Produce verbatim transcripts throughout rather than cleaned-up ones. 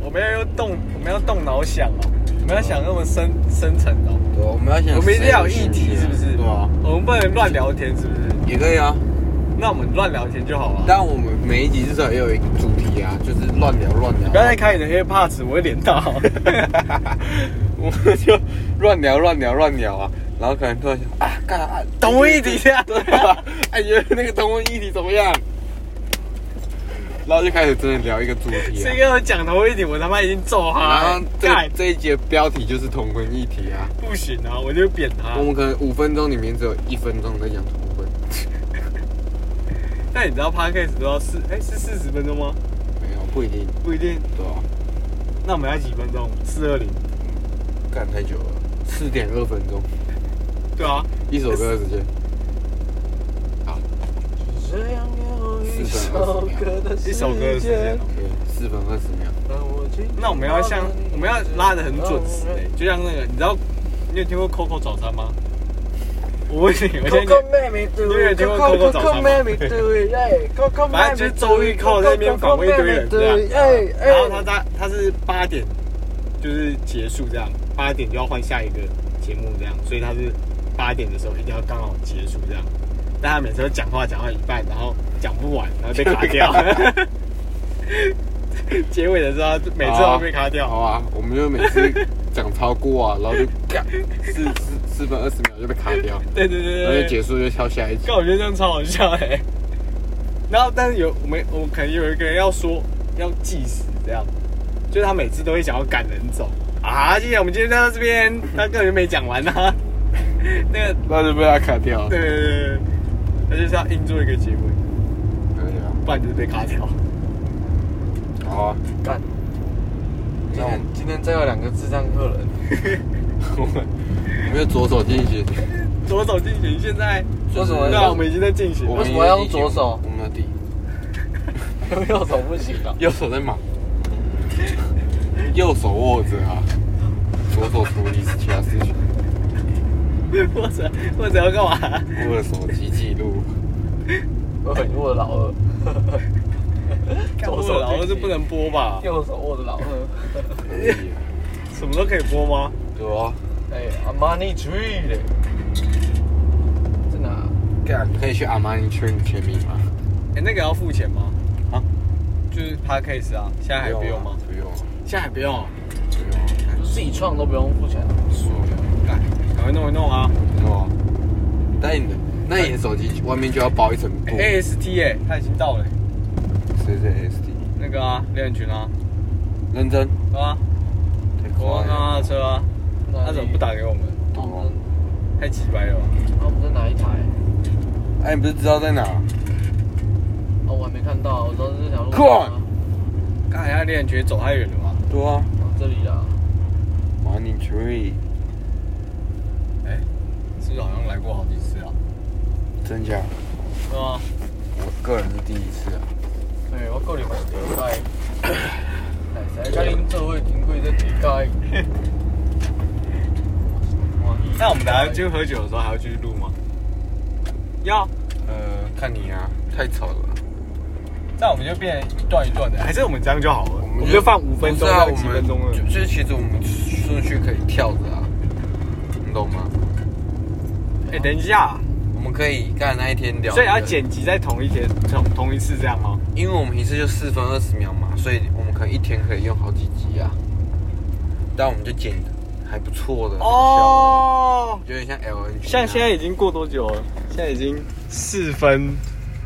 我们要用动，我们要动脑想哦，我们要想那么深深层哦。 对，我们要想， 我们一定要有议题，是不是？ 对啊， 我们不能乱聊天，是不是？ 也可以啊。 那我们乱聊天就好了。 但我们每一集至少也有一个主题啊，就是乱聊乱聊。 不要再开你的黑怕词，我会连到。 我们就乱聊乱聊乱聊啊，然后可能突然想啊，干啊， 同婚议题这样， 对吧？哎，觉得那个同婚议题怎么样？然后就开始真的聊一个主题、啊。 谁跟我讲同婚议题，我他妈已经揍他。 然后这这一集的标题就是同婚议题啊。 不行啊，我就扁他。 我们可能五分钟里面只有一分钟在讲同婚。 那你知道 podcast 都要四哎是四十分钟吗？ 没有，不一定， 不一定。 对啊。 那我们要几分钟？四二零。 干太久了，四点二分钟。 对啊， 一首歌的时间。好。 这样有一首歌的时间， 一首歌的时间。 对，四分二十秒。 那我们要像我们要拉得很准时哎、欸，就像那个你知道，你有听过 Coco 早餐吗？我问你，我先你，你有听过 Coco 早餐吗？反正就是周玉蔻在那边访问一堆人这样，然后他他他是八点就是结束这样，八点就要换下一个节目这样，所以他是八点的时候一定要刚好结束这样。但他每次都讲话讲到一半，然后讲不完，然后被卡掉。结尾的时候，每次都被卡掉。 好啊，我们就每次讲超过啊，然后就干四四四分二十秒就被卡掉。 对对对对， 然后就结束就跳下一集。 但我觉得这样超好笑哎、欸。然后，但是有我们，我们可能有一个人要说要计时这样，就是他每次都会想要赶人走啊。今天我们今天到这边，他根本就没讲完啊。那个， 那就被他卡掉。 对对对对，他就是要硬做一个结尾， 可以啊， 不然就是被卡掉。 好啊， 干。今天今天再有两个智障客人， 我们我们就左手进行， 左手进行，现在为什么？ 对啊，我们已经在进行。 为什么要用左手？ 我们的底， 用右手不行啊。 右手在忙，右手握着啊，左手处理其他事情。 或者或者要干嘛？ 握着手机记录。 我握着老二。 左手老二是不能播吧？ 右手握着老二。 可以啊。 什么都可以播吗？ 对啊。 哎，阿玛尼 Tree 嘞，在哪？ 干，可以去阿玛尼 Tree 签名吗？ 哎、欸，那个要付钱吗？ 啊？ 就是 Podcast 啊，现在还不用吗？ 不用。 现在还不用。 不用。 自己创都不用付钱。 说干，赶快弄一弄啊！ 哦。但你的，那你的手机外面就要包一层布。 A S T 哎、欸，它已经到了、欸。 谁是 A S T？ 那个啊，猎人群啊。 认真。 对啊。我看他的车啊，他怎么不打给我们？ 哦。 太鸡掰了吧！ 啊，我们在哪一台？ 哎，你不是知道在哪？ 哦，我还没看到，我知道这条路。 看。 刚才他猎人群走太远了吧？ 对啊。 这里啦。 Money Tree。 哎，是不是好像来过好几次啊？ 真假？ 对啊。 我个人是第一次啊。 哎，我个人嘛是第一摆。哎，甲恁做伙经过这地界。 那我们等下就喝酒的时候还要继续录吗？要。 呃，看你啊，太吵了。 这样我们就变一段一段的，还是我们这样就好了？ 我们就, 我们就放五分钟， 啊， 几分钟了。 就是其实我们顺序可以跳着啊，你懂吗？ 哎、欸，等一下， 我们可以干那一天聊、那個， 所以要剪辑在同一天同同一次这样吗？ 因为我们一次就四分二十秒嘛，所以我们可能一天可以用好几集啊。但我们就剪还不错的哦，有点像 L N G。 像现在已经过多久了？现在已经四分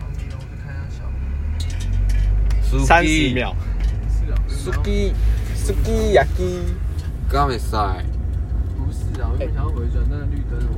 三十秒。 Suki Suki Yaki。 刚没塞。 不是啊，我想要回转那个绿灯。